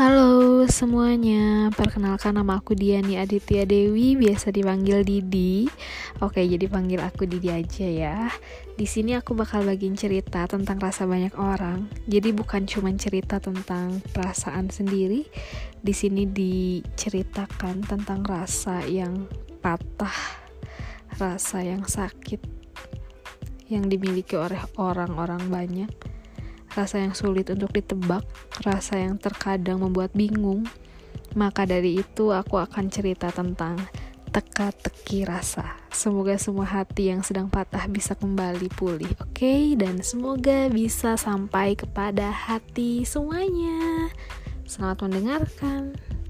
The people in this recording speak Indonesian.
Halo semuanya, perkenalkan nama aku Diani Aditya Dewi, biasa dipanggil Didi. Oke, jadi panggil aku Didi aja ya. Di sini aku bakal bagiin cerita tentang rasa banyak orang. Jadi bukan cuma cerita tentang perasaan sendiri. Di sini diceritakan tentang rasa yang patah, rasa yang sakit yang dimiliki oleh orang-orang banyak. Rasa yang sulit untuk ditebak, rasa yang terkadang membuat bingung. Maka dari itu aku akan cerita tentang teka-teki rasa. Semoga semua hati yang sedang patah bisa kembali pulih, oke? Dan semoga bisa sampai kepada hati semuanya. Selamat mendengarkan.